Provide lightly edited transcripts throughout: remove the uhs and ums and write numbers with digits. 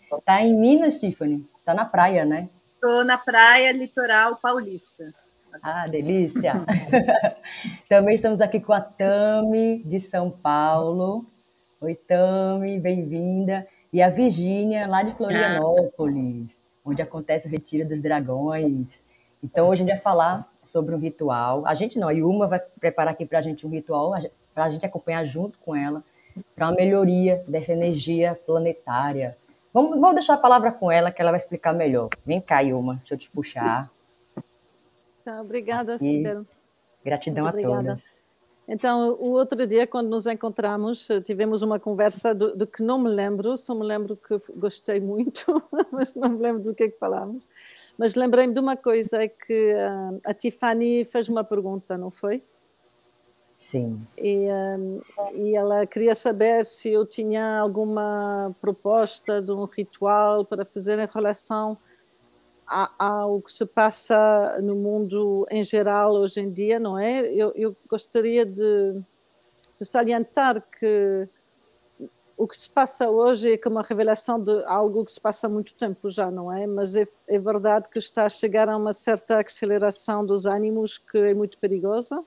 Tá em Minas, Tiffany? Tá na praia, né? Estou na praia litoral paulista. Ah, delícia! Também estamos aqui com a Tami, de São Paulo. Oi, Tami, bem-vinda. E a Virgínia, lá de Ah, Florianópolis, onde acontece o Retiro dos Dragões. Então, hoje a gente vai falar sobre um ritual. A gente não, a Yuma vai preparar aqui para a gente um ritual, para a gente acompanhar junto com ela, para uma melhoria dessa energia planetária. Vamos deixar a palavra com ela, que ela vai explicar melhor. Vem cá, Yuma, deixa eu te puxar. Tá, obrigada, E Cibele. gratidão Muito a obrigada. todas. Então, o outro dia, quando nos encontramos, tivemos uma conversa do que não me lembro, só me lembro que gostei muito, mas não me lembro do que é que falámos. Mas lembrei-me de uma coisa, é que a Tiffany fez uma pergunta, não foi? Sim. E ela queria saber se eu tinha alguma proposta de um ritual para fazer em relação ao que se passa no mundo em geral hoje em dia, não é? Eu gostaria de salientar que o que se passa hoje é como uma revelação de algo que se passa há muito tempo já, não é? Mas é verdade que está a chegar a uma certa aceleração dos ânimos que é muito perigosa.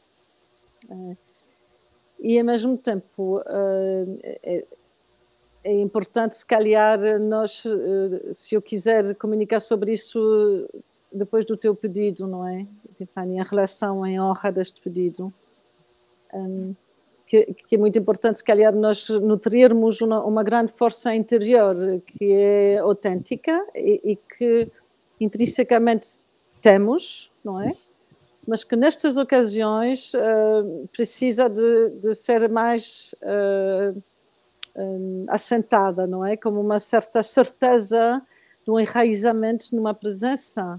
E ao mesmo tempo é importante, se calhar, nós, se eu quiser comunicar sobre isso depois do teu pedido, não é, Tiffany, em relação, em honra deste pedido, que é muito importante, se calhar, nós nutrirmos uma grande força interior que é autêntica e que intrinsecamente temos, não é? Mas que nestas ocasiões precisa de ser mais assentada, não é? Como uma certa certeza de um enraizamento numa presença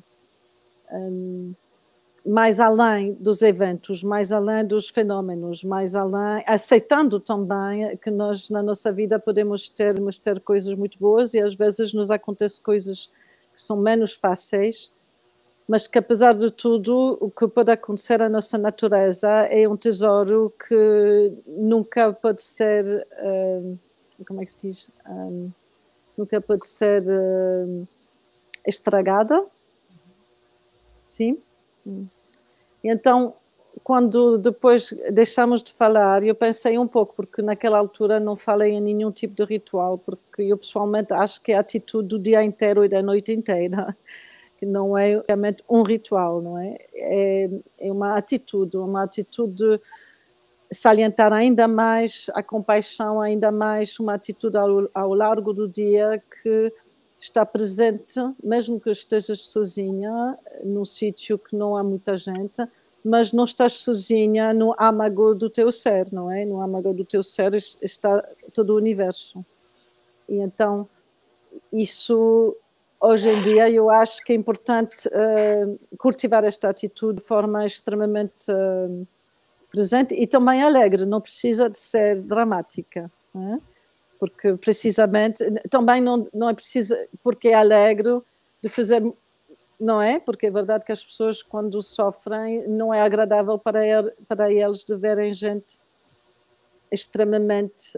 mais além dos eventos, mais além dos fenómenos, mais além, aceitando também que nós na nossa vida podemos ter coisas muito boas e às vezes nos acontecem coisas que são menos fáceis, mas que apesar de tudo o que pode acontecer à nossa natureza é um tesouro que nunca pode ser como é que se diz? Nunca pode ser estragada, sim? Então, quando depois deixamos de falar, eu pensei um pouco, porque naquela altura não falei em nenhum tipo de ritual, porque eu pessoalmente acho que é a atitude do dia inteiro e da noite inteira, que não é realmente um ritual, não é? É uma atitude de salientar ainda mais a compaixão, ainda mais uma atitude ao largo do dia que está presente, mesmo que estejas sozinha, num sítio que não há muita gente, mas não estás sozinha no âmago do teu ser, não é? No âmago do teu ser está todo o universo. E então, isso, hoje em dia, eu acho que é importante cultivar esta atitude de forma extremamente presente e também alegre, não precisa de ser dramática, não é? Porque precisamente, também não é preciso, porque é alegre, de fazer, não é? Porque é verdade que as pessoas quando sofrem não é agradável para eles de verem gente extremamente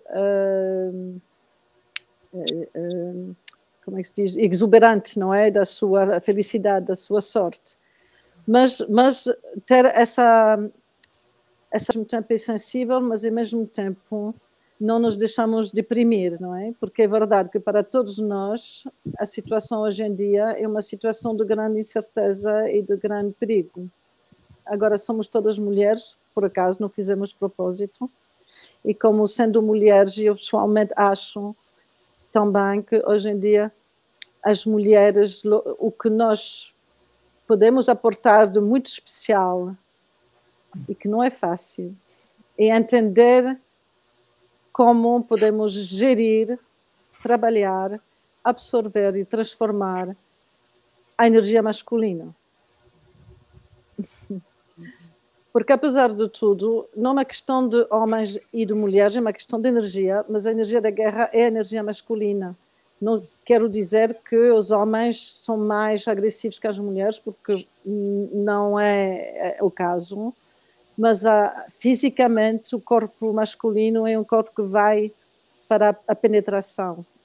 como é que se diz, exuberante, não é? Da sua felicidade, da sua sorte. Mas ter essa ao mesmo tempo é sensível, mas ao mesmo tempo não nos deixamos deprimir, não é? Porque é verdade que para todos nós a situação hoje em dia é uma situação de grande incerteza e de grande perigo. Agora somos todas mulheres, por acaso não fizemos propósito, e como sendo mulheres, eu pessoalmente acho também que hoje em dia as mulheres, o que nós podemos aportar de muito especial e que não é fácil, é entender como podemos gerir, trabalhar, absorver e transformar a energia masculina. Porque, apesar de tudo, não é uma questão de homens e de mulheres, é uma questão de energia, mas a energia da guerra é a energia masculina. Não quero dizer que os homens são mais agressivos que as mulheres, porque não é o caso, mas fisicamente o corpo masculino é um corpo que vai para a penetração,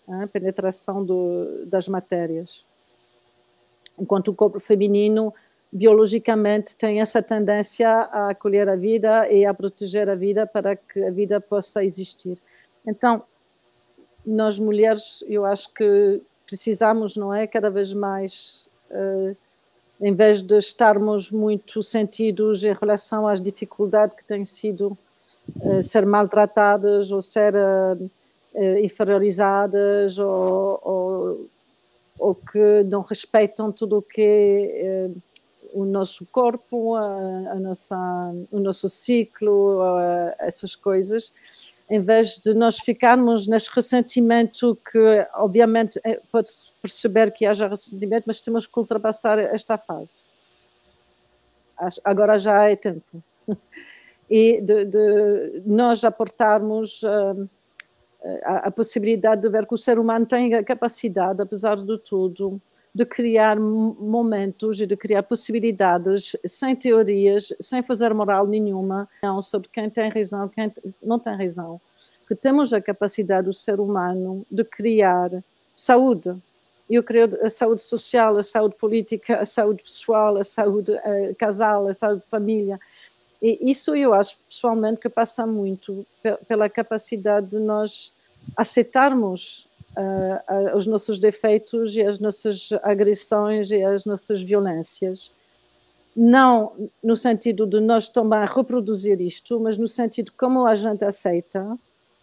a penetração das matérias. Enquanto o corpo feminino, biologicamente, tem essa tendência a acolher a vida e a proteger a vida para que a vida possa existir. Então, nós mulheres, eu acho que precisamos, não é, cada vez mais, em vez de estarmos muito sentidos em relação às dificuldades que têm sido ser maltratadas ou ser inferiorizadas ou que não respeitam tudo o que é o nosso corpo, o nosso ciclo, essas coisas, em vez de nós ficarmos nesse ressentimento que, obviamente, pode-se perceber que haja ressentimento, mas temos que ultrapassar esta fase. Agora já é tempo. E de nós aportarmos a possibilidade de ver que o ser humano tem a capacidade, apesar de tudo, de criar momentos e de criar possibilidades sem teorias, sem fazer moral nenhuma, não sobre quem tem razão, quem não tem razão. Que temos a capacidade do ser humano de criar saúde. Eu creio a saúde social, a saúde política, a saúde pessoal, a saúde casal, a saúde família. E isso eu acho pessoalmente que passa muito pela capacidade de nós aceitarmos os nossos defeitos e as nossas agressões e as nossas violências. Não no sentido de nós também reproduzir isto, mas no sentido de como a gente aceita.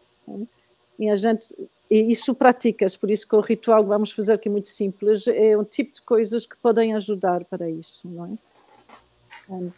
E isso pratica-se, por isso que o ritual que vamos fazer, que é muito simples, é um tipo de coisas que podem ajudar para isso, não é?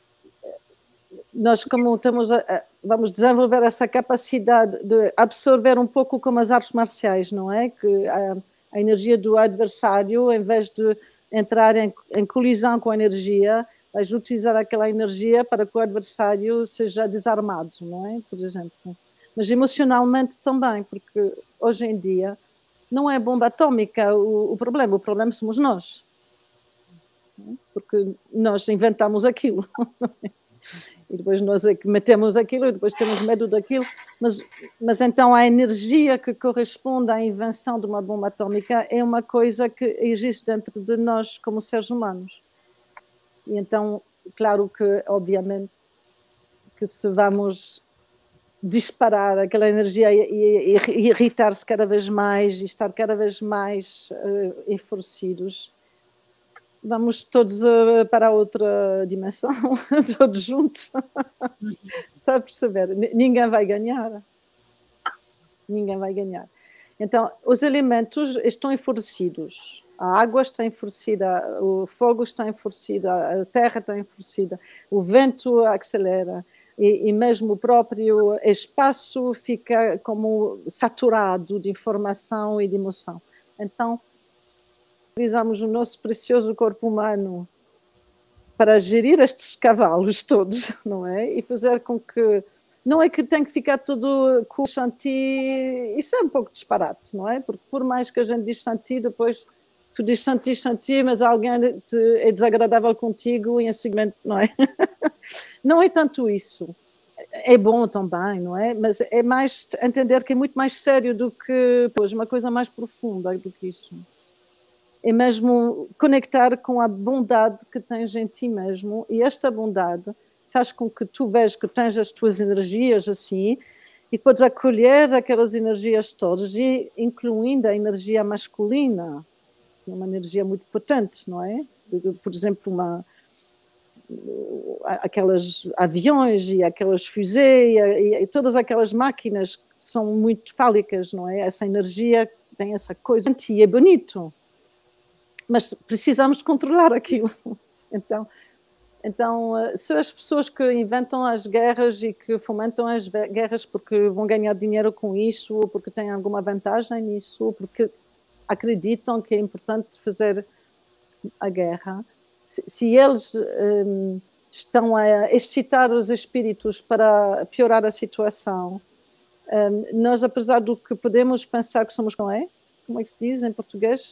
Nós, como vamos desenvolver essa capacidade de absorver um pouco como as artes marciais, não é? Que a energia do adversário, em vez de entrar em colisão com a energia, vais utilizar aquela energia para que o adversário seja desarmado, não é? Por exemplo. Mas emocionalmente também, porque hoje em dia não é bomba atômica o problema somos nós. Porque nós inventamos aquilo. E depois nós é que metemos aquilo e depois temos medo daquilo. Mas então a energia que corresponde à invenção de uma bomba atômica é uma coisa que existe dentro de nós como seres humanos. E então, claro que, obviamente, que se vamos disparar aquela energia e irritar-se cada vez mais e estar cada vez mais enfurecidos, vamos todos para outra dimensão, todos juntos. Está a perceber? Ninguém vai ganhar. Ninguém vai ganhar. Então, os elementos estão enfurecidos. A água está enfurecida, o fogo está enfurecido, a terra está enfurecida, o vento acelera. E mesmo o próprio espaço fica como saturado de informação e de emoção. Então, utilizamos o nosso precioso corpo humano para gerir estes cavalos todos, não é? E fazer com que... Não é que tem que ficar tudo com o Shanti... Isso é um pouco disparate, não é? Porque por mais que a gente diz Shanti, depois tu dizes Shanti, mas alguém é desagradável contigo e em seguimento, não é? Não é tanto isso. É bom também, não é? Mas é mais entender que é muito mais sério do que... Pois, uma coisa mais profunda do que isso. É mesmo conectar com a bondade que tens em ti mesmo, e esta bondade faz com que tu vejas que tens as tuas energias assim, e podes acolher aquelas energias todas, e incluindo a energia masculina, que é uma energia muito potente, não é? Por exemplo, aqueles aviões e aquelas fusées e todas aquelas máquinas que são muito fálicas, não é? Essa energia tem essa coisa, e é bonito. Mas precisamos de controlar aquilo. Então, se as pessoas que inventam as guerras e que fomentam as guerras porque vão ganhar dinheiro com isso, ou porque têm alguma vantagem nisso, ou porque acreditam que é importante fazer a guerra, se eles estão a excitar os espíritos para piorar a situação, nós, apesar do que podemos pensar que somos, não é? Como é que se diz em português?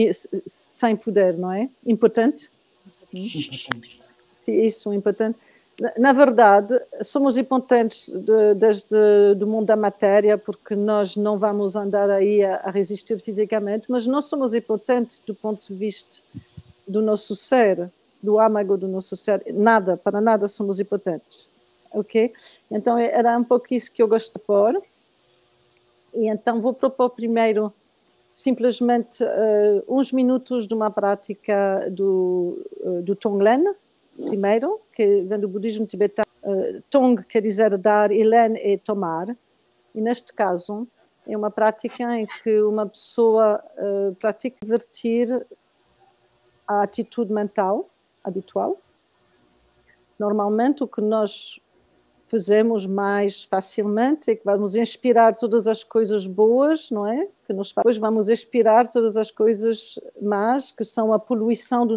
Sem poder, não é? Impotente? Impotente. Sim, isso, impotente. Na verdade, somos impotentes desde do mundo da matéria, porque nós não vamos andar aí a resistir fisicamente, mas não somos impotentes do ponto de vista do nosso ser, do âmago do nosso ser. Nada, para nada somos impotentes. Ok? Então, era um pouco isso que eu gosto de pôr. E então vou propor primeiro simplesmente uns minutos de uma prática do Tonglen, primeiro, que vem do budismo tibetano. Tong quer dizer dar e Len é tomar. E neste caso é uma prática em que uma pessoa pratica invertir a atitude mental habitual. Normalmente o que nós fazemos mais facilmente é que vamos inspirar todas as coisas boas, não é? Que nos faz. Depois vamos expirar todas as coisas más, que são a poluição do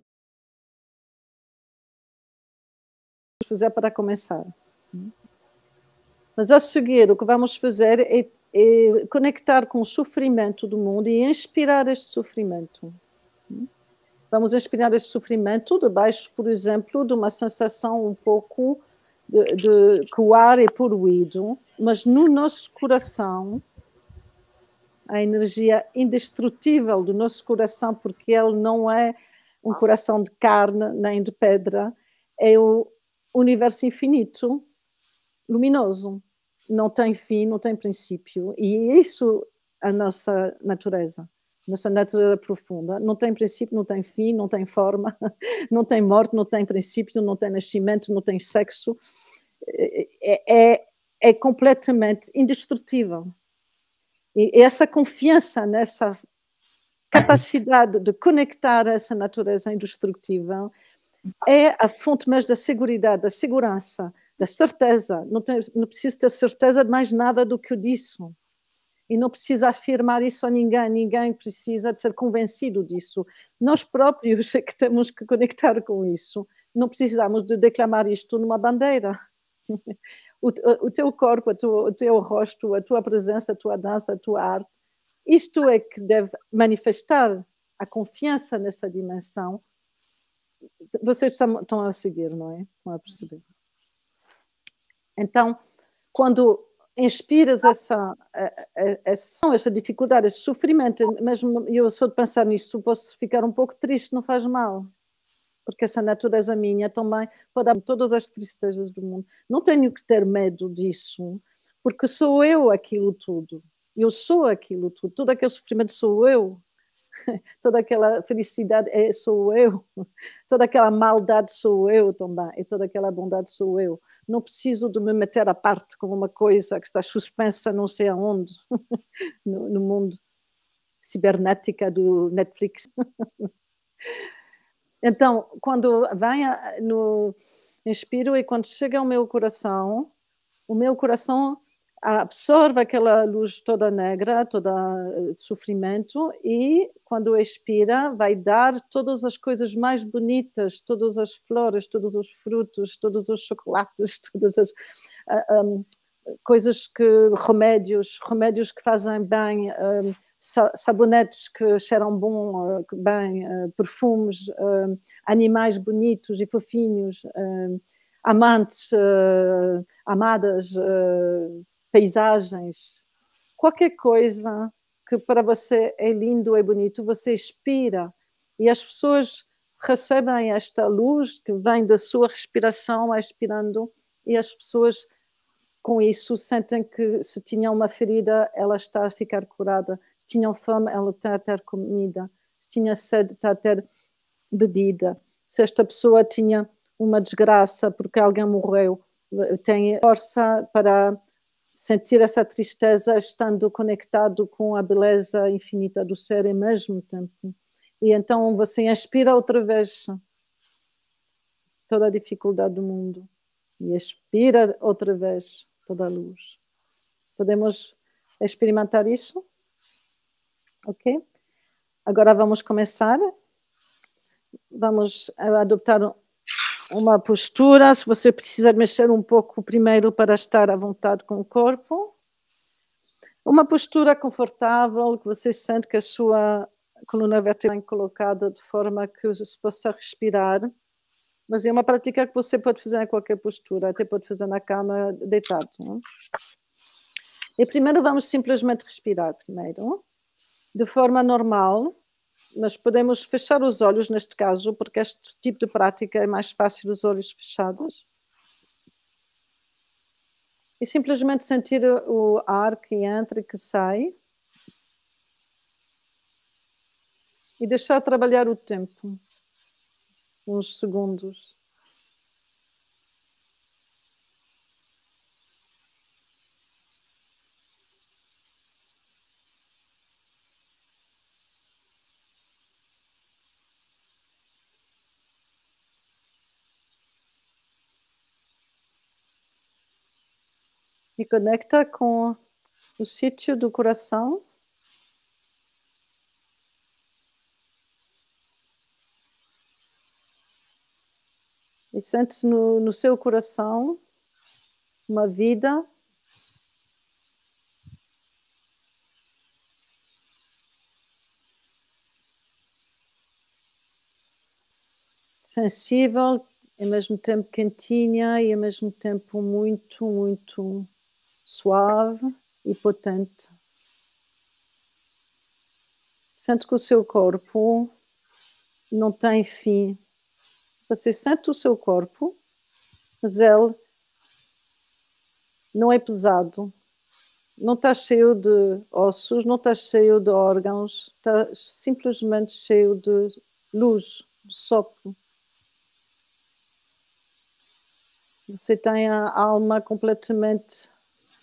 fazer para começar. Mas a seguir, o que vamos fazer é conectar com o sofrimento do mundo e inspirar este sofrimento. Vamos inspirar este sofrimento debaixo, por exemplo, de uma sensação um pouco de que o ar é poluído, mas no nosso coração, a energia indestrutível do nosso coração, porque ele não é um coração de carne nem de pedra, é o universo infinito, luminoso. Não tem fim, não tem princípio. E isso é a nossa natureza. Nossa natureza profunda. Não tem princípio, não tem fim, não tem forma, não tem morte, não tem princípio, não tem nascimento, não tem sexo. É completamente indestrutível. E essa confiança nessa capacidade de conectar essa natureza indestrutível é a fonte mais da segurança, da segurança, da certeza. Não preciso ter certeza de mais nada do que eu disse. E não precisa afirmar isso a ninguém. Ninguém precisa de ser convencido disso. Nós próprios é que temos que conectar com isso. Não precisamos de declamar isto numa bandeira. O teu corpo, o teu rosto, a tua presença, a tua dança, a tua arte, isto é que deve manifestar a confiança nessa dimensão. Vocês estão a seguir, não é? Estão a perceber. Então, quando inspiras essa dificuldade, esse sofrimento, mesmo eu sou de pensar nisso, posso ficar um pouco triste, não faz mal. Porque essa natureza minha também pode dar todas as tristezas do mundo. Não tenho que ter medo disso, porque sou eu aquilo tudo. Eu sou aquilo tudo. Todo aquele sofrimento sou eu. Toda aquela felicidade sou eu. Toda aquela maldade sou eu também. E toda aquela bondade sou eu. Não preciso de me meter à parte com uma coisa que está suspensa não sei aonde, no mundo cibernética do Netflix. Então, quando vem no inspiro e quando chega ao meu coração, o meu coração absorve aquela luz toda negra, toda de sofrimento, e quando expira vai dar todas as coisas mais bonitas, todas as flores, todos os frutos, todos os chocolates, todas as coisas remédios que fazem bem, sabonetes que cheiram bom, bem, perfumes, animais bonitos e fofinhos, amantes, amadas, paisagens, qualquer coisa que para você é lindo, é bonito, você expira e as pessoas recebem esta luz que vem da sua respiração, expirando, e as pessoas com isso sentem que se tinham uma ferida, ela está a ficar curada, se tinham fome, ela está a ter comida, se tinha sede, está a ter bebida, se esta pessoa tinha uma desgraça porque alguém morreu, tem força para sentir essa tristeza estando conectado com a beleza infinita do ser ao mesmo tempo. E então você inspira outra vez toda a dificuldade do mundo e expira outra vez toda a luz. Podemos experimentar isso? Ok? Agora vamos começar. Vamos adoptar uma postura. Se você precisar mexer um pouco primeiro para estar à vontade com o corpo. Uma postura confortável, que você sente que a sua coluna vertebral é colocada de forma que se possa respirar Mas é uma prática que você pode fazer em qualquer postura, até pode fazer na cama, deitado. Não é? E primeiro vamos simplesmente respirar primeiro, de forma normal, mas podemos fechar os olhos neste caso, porque este tipo de prática é mais fácil os olhos fechados. E simplesmente sentir o ar que entra e que sai. E deixar trabalhar o tempo, uns segundos. E conecta com o sítio do coração. E sente no seu coração uma vida sensível, ao mesmo tempo quentinha e ao mesmo tempo muito, muito suave e potente. Sente que o seu corpo não tem fim. Você sente o seu corpo, mas ele não é pesado. Não está cheio de ossos, não está cheio de órgãos, está simplesmente cheio de luz, de sopro. Você tem a alma completamente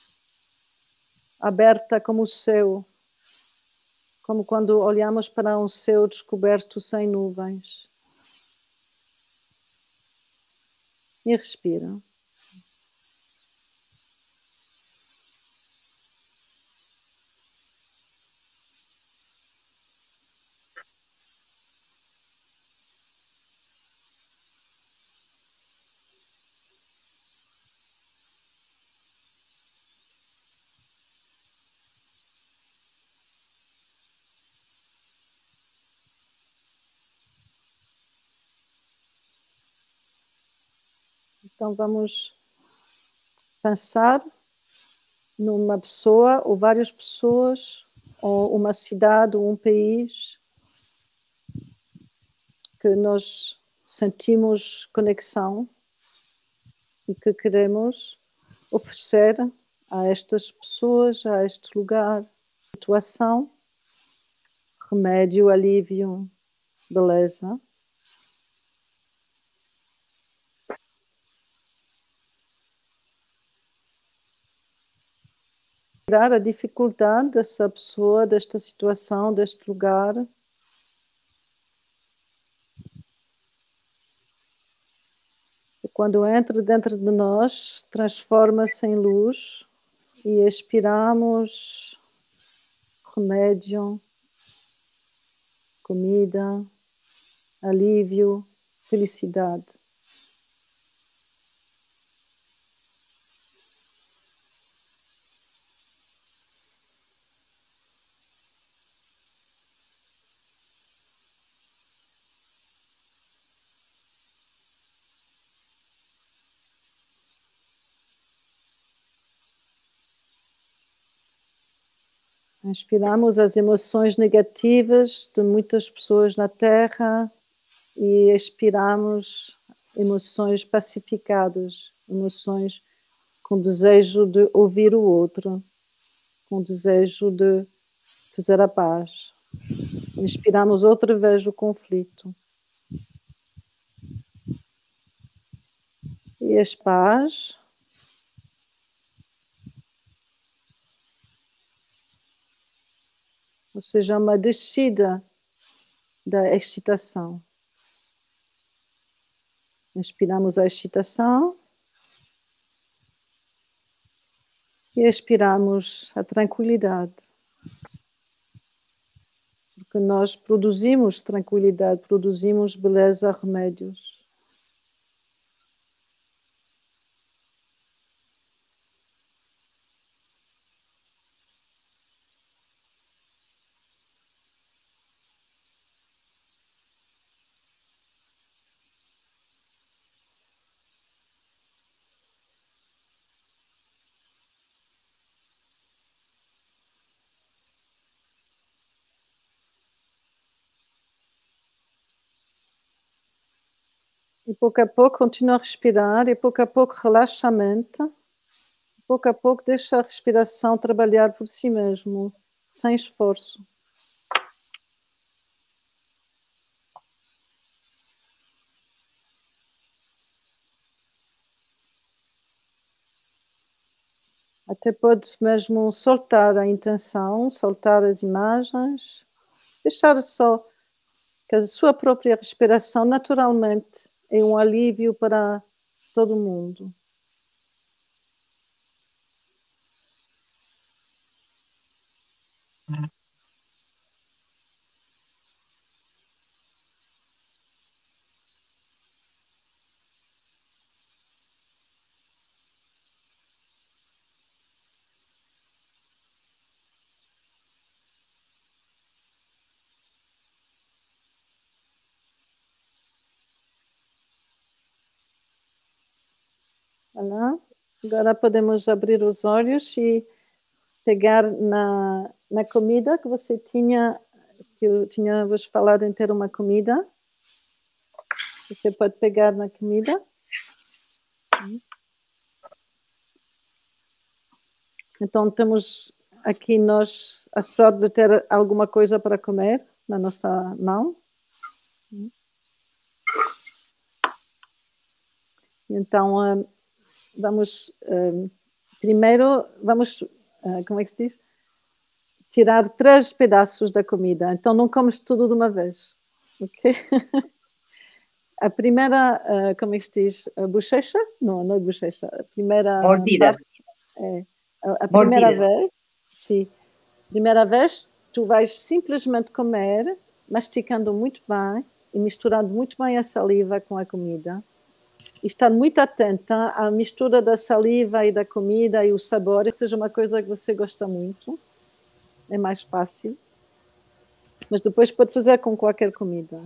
aberta como o céu, como quando olhamos para um céu descoberto sem nuvens. E respira. Então vamos pensar numa pessoa ou várias pessoas, ou uma cidade ou um país que nós sentimos conexão e que queremos oferecer a estas pessoas, a este lugar, situação, remédio, alívio, beleza. Tirar a dificuldade dessa pessoa, desta situação, deste lugar. E quando entra dentro de nós, transforma-se em luz e expiramos remédio, comida, alívio, felicidade. Inspiramos as emoções negativas de muitas pessoas na Terra e expiramos emoções pacificadas, emoções com desejo de ouvir o outro, com desejo de fazer a paz. Inspiramos outra vez o conflito. E a paz. Ou seja, uma descida da excitação. Inspiramos a excitação e expiramos a tranquilidade. Porque nós produzimos tranquilidade, produzimos beleza, remédios. E pouco a pouco continua a respirar, e pouco a pouco relaxa a mente. Pouco a pouco deixa a respiração trabalhar por si mesmo, sem esforço. Até pode mesmo soltar a intenção, soltar as imagens, deixar só que a sua própria respiração naturalmente é um alívio para todo mundo. Voilà. Agora podemos abrir os olhos e pegar na comida que você tinha, que eu tinha vos falado em ter uma comida. Você pode pegar na comida. Então temos aqui nós a sorte de ter alguma coisa para comer na nossa mão. Então vamos primeiro vamos como é que se diz? Tirar 3 pedaços da comida. Então não comes tudo de uma vez, ok? A primeira, como é que se diz? A bochecha? Não, não é bochecha. A primeira Mordida. parte é a primeira Mordida. vez. Sim. Primeira vez, tu vais simplesmente comer, masticando muito bem e misturando muito bem a saliva com a comida. E estar muito atenta à mistura da saliva e da comida e o sabor, que seja uma coisa que você gosta muito. É mais fácil. Mas depois pode fazer com qualquer comida.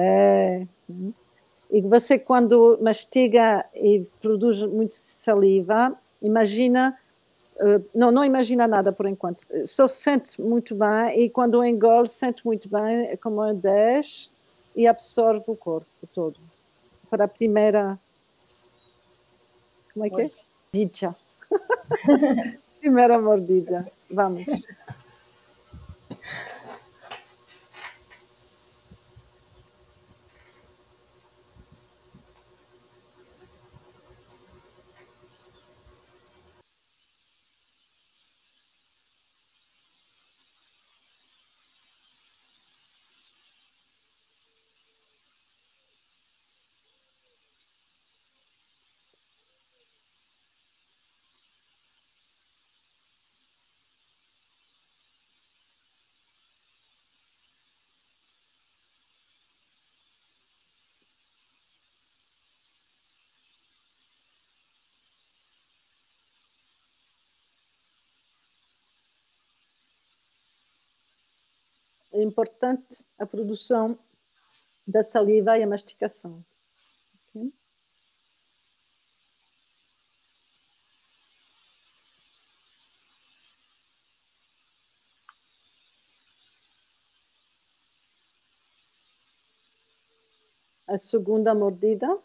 E você, quando mastiga e produz muito saliva, imagina, não imagina nada por enquanto, só sente muito bem e quando engole, sente muito bem como desce e absorve o corpo todo. Para a primeira, como é que é? Mordida. Primeira mordida. Vamos. É importante a produção da saliva e a mastigação. Okay? A segunda mordida,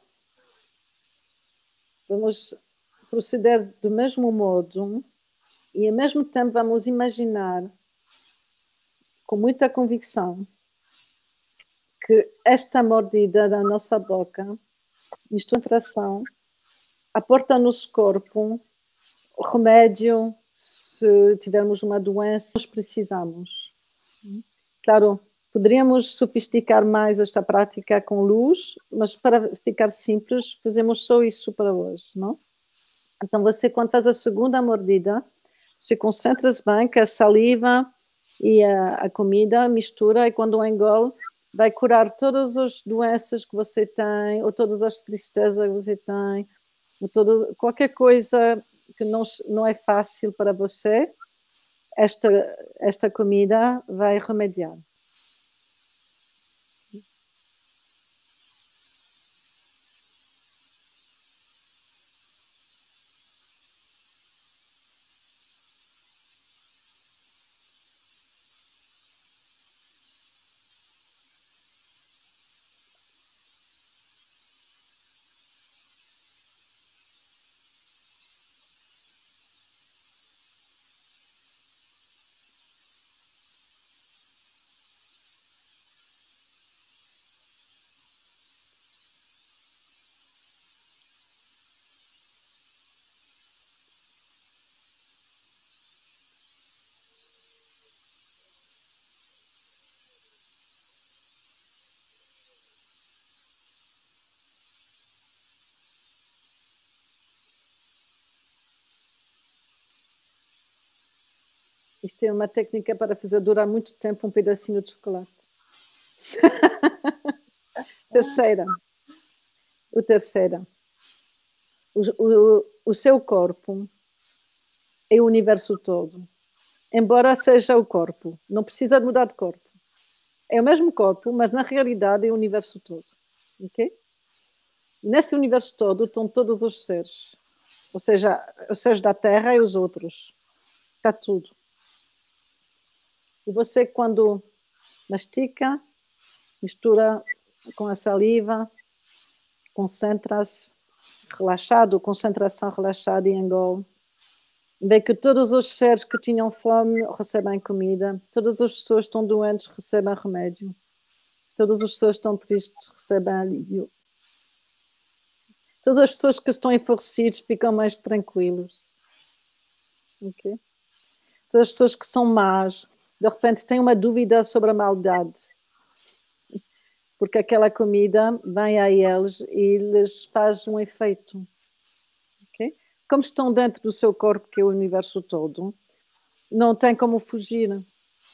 vamos proceder do mesmo modo e ao mesmo tempo vamos imaginar com muita convicção que esta mordida da nossa boca, concentração, aporta ao nosso corpo o remédio se tivermos uma doença, nós precisamos. Claro, poderíamos sofisticar mais esta prática com luz, mas para ficar simples, fazemos só isso para hoje, não? Então você, quando faz a segunda mordida, você concentra-se bem que a saliva e a comida mistura e quando engole vai curar todas as doenças que você tem ou todas as tristezas que você tem, ou qualquer coisa que não é fácil para você, esta comida vai remediar. Isto é uma técnica para fazer durar muito tempo um pedacinho de chocolate. Terceira. O terceira. O seu corpo é o universo todo. Embora seja o corpo. Não precisa de mudar de corpo. É o mesmo corpo, mas na realidade é o universo todo. Ok? Nesse universo todo estão todos os seres. Ou seja, os seres da Terra e os outros. Está tudo. E você, quando mastica, mistura com a saliva, concentra-se relaxado, concentração relaxada e engole. Vê que todos os seres que tinham fome recebem comida, todas as pessoas que estão doentes recebem remédio, todas as pessoas que estão tristes recebem alívio. Todas as pessoas que estão enfurecidas ficam mais tranquilos. Okay? Todas as pessoas que são más, de repente têm uma dúvida sobre a maldade. Porque aquela comida vem a eles e lhes faz um efeito. Okay? Como estão dentro do seu corpo, que é o universo todo, não tem como fugir.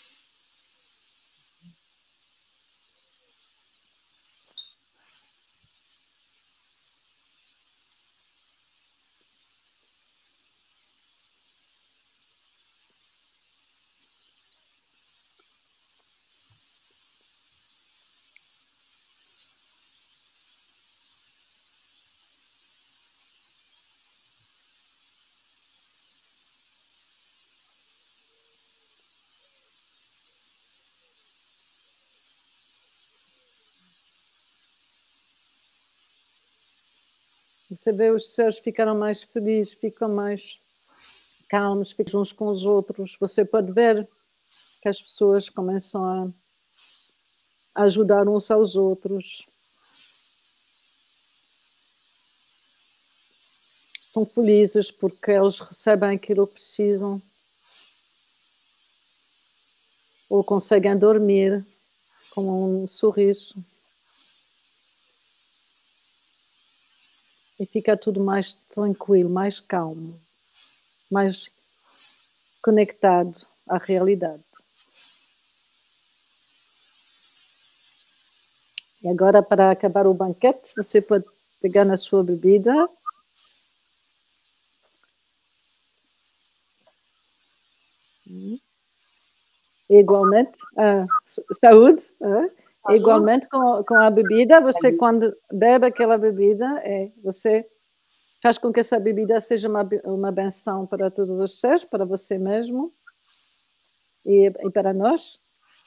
Você vê os seres ficaram mais felizes, ficam mais calmos, ficam uns com os outros. Você pode ver que as pessoas começam a ajudar uns aos outros. Estão felizes porque eles recebem aquilo que precisam. Ou conseguem dormir com um sorriso. E fica tudo mais tranquilo, mais calmo, mais conectado à realidade. E agora, para acabar o banquete, você pode pegar na sua bebida. Igualmente, saúde. Igualmente com a bebida, você quando bebe aquela bebida, você faz com que essa bebida seja uma benção para todos os seres, para você mesmo e para nós.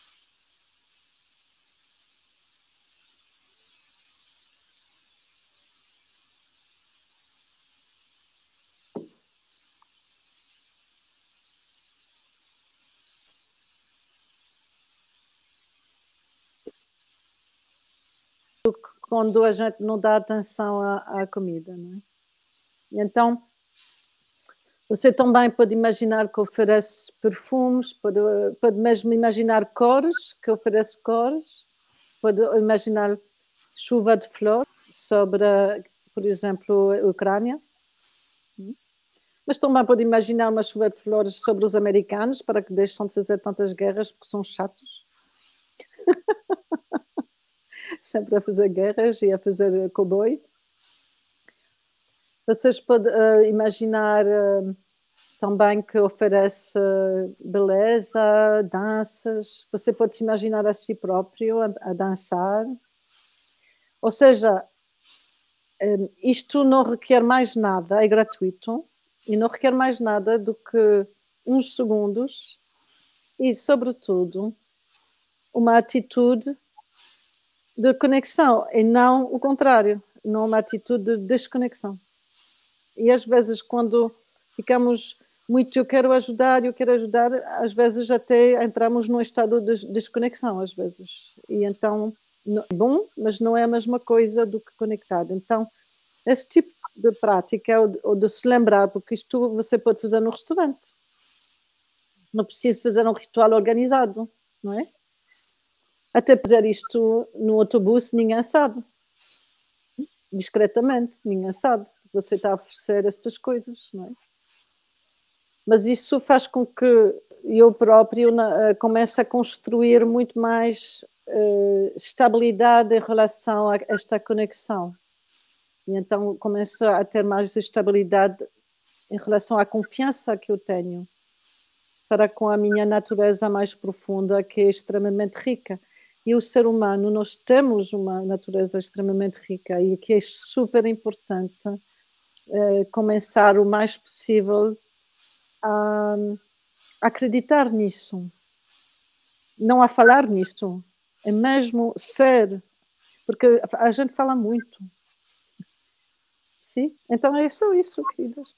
Quando a gente não dá atenção à comida, não é? E então, você também pode imaginar que oferece perfumes, pode mesmo imaginar cores, que oferece cores, pode imaginar chuva de flores sobre, por exemplo, a Ucrânia. Mas também pode imaginar uma chuva de flores sobre os americanos para que deixem de fazer tantas guerras porque são chatos. Sempre a fazer guerras e a fazer cowboy. Vocês podem imaginar também que oferece beleza, danças. Você pode se imaginar a si próprio a dançar. Ou seja, isto não requer mais nada, é gratuito, e não requer mais nada do que uns segundos e, sobretudo, uma atitude de conexão, e não o contrário, não uma atitude de desconexão. E às vezes, quando ficamos muito eu quero ajudar, às vezes até entramos num estado de desconexão, às vezes. E então, é bom, mas não é a mesma coisa do que conectado. Então, esse tipo de prática é o de se lembrar, porque isto você pode fazer no restaurante. Não precisa fazer um ritual organizado, não é? Até fazer isto no autobus, ninguém sabe. Discretamente, ninguém sabe. Você está a oferecer estas coisas, não é? Mas isso faz com que eu próprio começo a construir muito mais estabilidade em relação a esta conexão. E então começo a ter mais estabilidade em relação à confiança que eu tenho para com a minha natureza mais profunda, que é extremamente rica. E o ser humano, nós temos uma natureza extremamente rica e que é super importante começar o mais possível a acreditar nisso. Não a falar nisso, é mesmo ser, porque a gente fala muito. Sim? Então é só isso, queridas.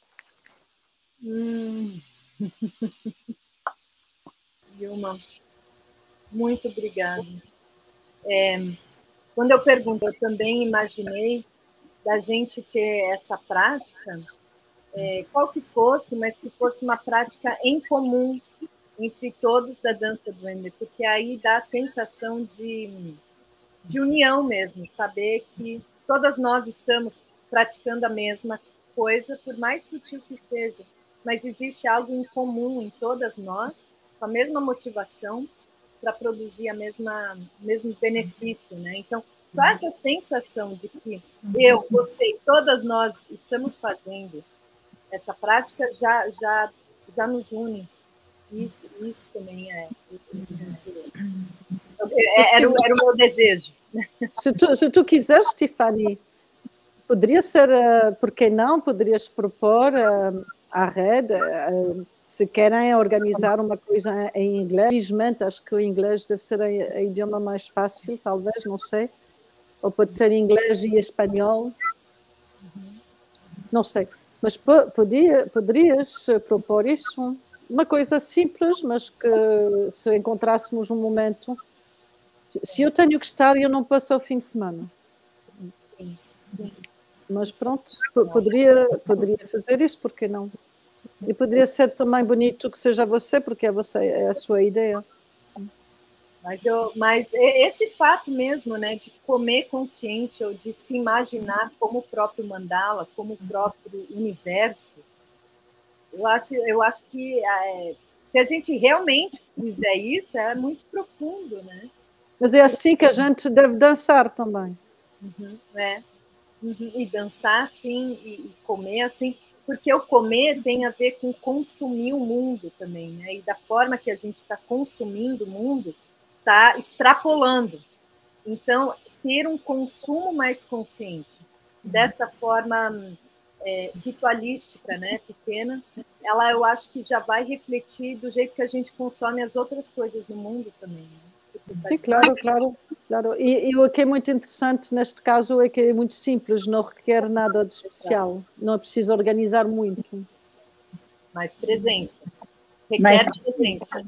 Ilma, muito obrigada. Quando eu pergunto, eu também imaginei da gente ter essa prática, qual que fosse, mas que fosse uma prática em comum entre todos da dança Duende, porque aí dá a sensação de união mesmo, saber que todas nós estamos praticando a mesma coisa, por mais sutil que seja, mas existe algo em comum em todas nós, com a mesma motivação para produzir o mesmo benefício, né? Então, só essa sensação de que eu, você e todas nós estamos fazendo essa prática já nos une. Isso também era o meu desejo. Se tu quiseres, Stephanie, poderia ser, por que não? Poderias propor à rede, se querem organizar uma coisa em inglês. Felizmente, acho que o inglês deve ser a idioma mais fácil, talvez, não sei. Ou pode ser inglês e espanhol. Não sei. Mas poderias propor isso? Uma coisa simples, mas que se encontrássemos um momento... Se eu tenho que estar, eu não passo o fim de semana. Sim. Mas pronto, poderia fazer isso, por que não? E poderia ser também bonito que seja você, porque é a sua ideia. Mas esse fato mesmo, né, de comer consciente ou de se imaginar como o próprio mandala, como o próprio universo, eu acho que se a gente realmente fizer isso, é muito profundo, né? Mas é assim que a gente deve dançar também. E dançar assim, e comer assim, porque o comer tem a ver com consumir o mundo também, né? E da forma que a gente está consumindo o mundo, está extrapolando. Então, ter um consumo mais consciente, dessa forma ritualística, né, pequena, eu acho que já vai refletir do jeito que a gente consome as outras coisas do mundo também. Né? Sim, claro. E o que é muito interessante neste caso é que é muito simples, não requer nada de especial, não é preciso organizar muito. Mais presença. Requer presença.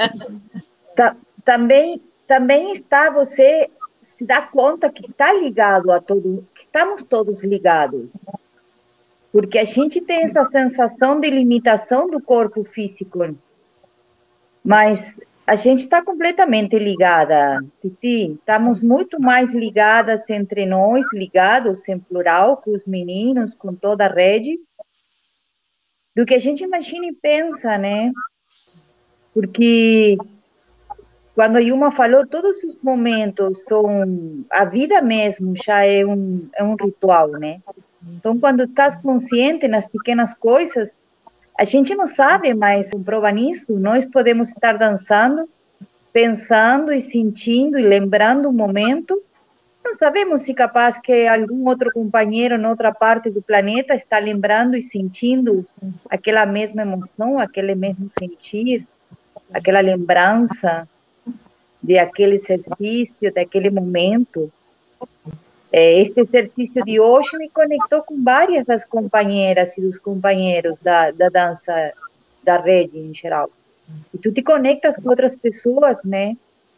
Também está, você se dá conta que está ligado a todo, que estamos todos ligados. Porque a gente tem essa sensação de limitação do corpo físico, mas a gente está completamente ligada, Titi. Estamos muito mais ligadas entre nós, ligados em plural, com os meninos, com toda a rede, do que a gente imagina e pensa, né? Porque quando a Yuma falou, todos os momentos são... A vida mesmo já é um ritual, né? Então, quando estás consciente nas pequenas coisas, a gente não sabe, mas comprova nisso. Nós podemos estar dançando, pensando e sentindo e lembrando um momento. Não sabemos se capaz que algum outro companheiro em outra parte do planeta está lembrando e sentindo aquela mesma emoção, aquele mesmo sentir, aquela lembrança de aquele exercício, daquele momento. Este exercício de hoje me conectou com várias das companheiras e dos companheiros da dança da rede em geral. E tu te conectas com outras pessoas, né?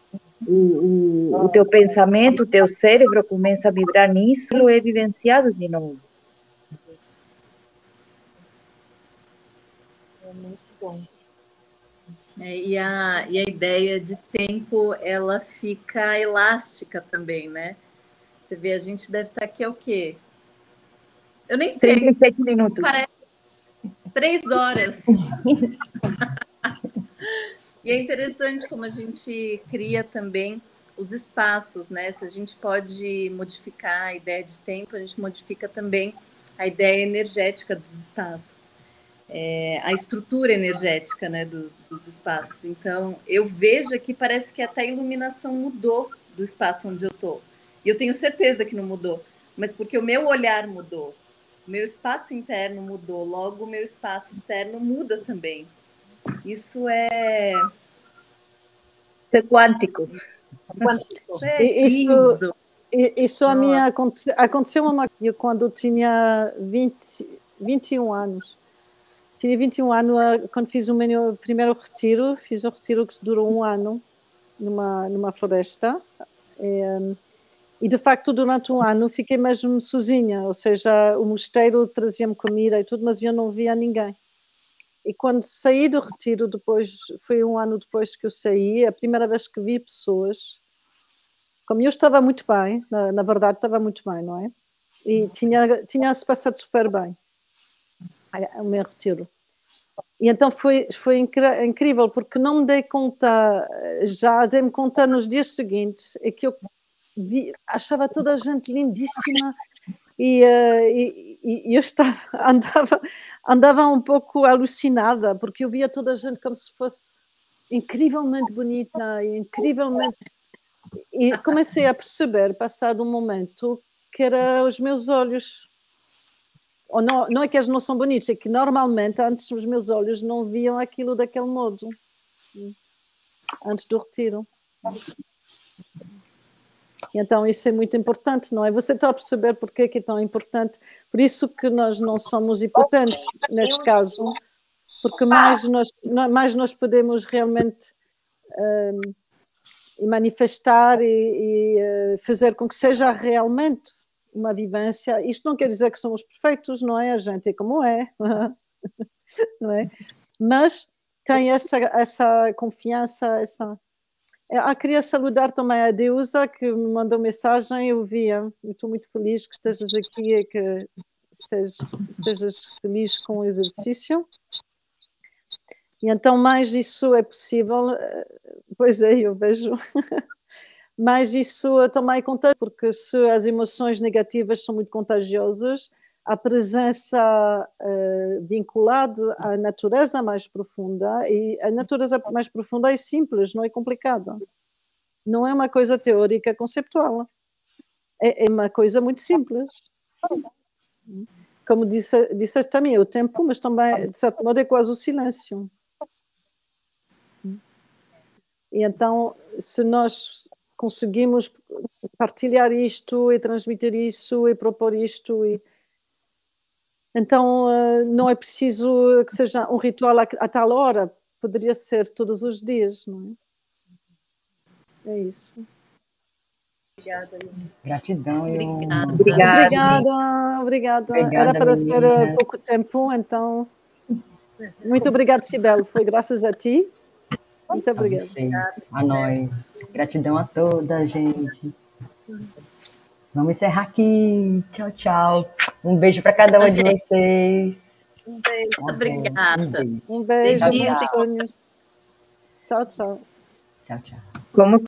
O teu pensamento, o teu cérebro começa a vibrar nisso, e é vivenciado de novo. É muito bom. E a ideia de tempo, ela fica elástica também, né? Você vê, a gente deve estar aqui, é o quê? Eu nem sei. 37 minutos. Parece 3 horas. E é interessante como a gente cria também os espaços, né? Se a gente pode modificar a ideia de tempo, a gente modifica também a ideia energética dos espaços, a estrutura energética, né, dos espaços. Então, eu vejo que parece que até a iluminação mudou do espaço onde eu estou. E eu tenho certeza que não mudou, mas porque o meu olhar mudou, o meu espaço interno mudou, logo o meu espaço externo muda também. Isso é quântico. Lindo. Isso a mim aconteceu eu quando tinha 21 anos. Tinha 21 anos quando fiz o meu primeiro retiro. Fiz um retiro que durou um ano numa floresta. E de facto, durante um ano, fiquei mesmo sozinha. Ou seja, o mosteiro trazia-me comida e tudo, mas eu não via ninguém. E quando saí do retiro, depois, foi um ano depois que eu saí, a primeira vez que vi pessoas, como eu estava muito bem, na verdade estava muito bem, não é? E tinha-se passado super bem o meu retiro. E então foi incrível, porque não me dei conta, já dei-me conta nos dias seguintes, é que eu achava toda a gente lindíssima, e eu andava um pouco alucinada, porque eu via toda a gente como se fosse incrivelmente bonita, e comecei a perceber, passado um momento, que eram os meus olhos. Ou não é que eles não são bonitos, é que normalmente antes os meus olhos não viam aquilo daquele modo, antes do retiro. Então isso é muito importante, não é? Você está a perceber porque é que é tão importante? Por isso que nós não somos importantes neste caso, porque mais nós podemos realmente manifestar e fazer com que seja realmente uma vivência. Isto não quer dizer que somos perfeitos, não é? A gente é como é, não é? Mas tem essa confiança, queria saludar também a Deusa, que me mandou mensagem. Eu estou muito feliz que estejas aqui e que estejas feliz com o exercício. E então mais isso é possível, pois é, eu vejo, mas isso também acontece, porque se as emoções negativas são muito contagiosas, a presença vinculada à natureza mais profunda, e a natureza mais profunda é simples, não é complicada. Não é uma coisa teórica conceptual. É uma coisa muito simples. Como disseste também, é o tempo, mas também, de certo modo, é quase o silêncio. E então, se nós conseguimos partilhar isto e transmitir isso e propor isto, então não é preciso que seja um ritual a tal hora, poderia ser todos os dias, não é? É isso. Obrigada. Gratidão. Obrigada. Era para ser pouco tempo, então muito obrigada, Cibele. Foi graças a ti. Muito obrigada. A nós. Gratidão a toda, gente. Vamos encerrar aqui. Tchau, tchau. Um beijo para cada um de vocês. Um beijo. Muito obrigada. Um beijo. Tchau, tchau. Tchau, tchau.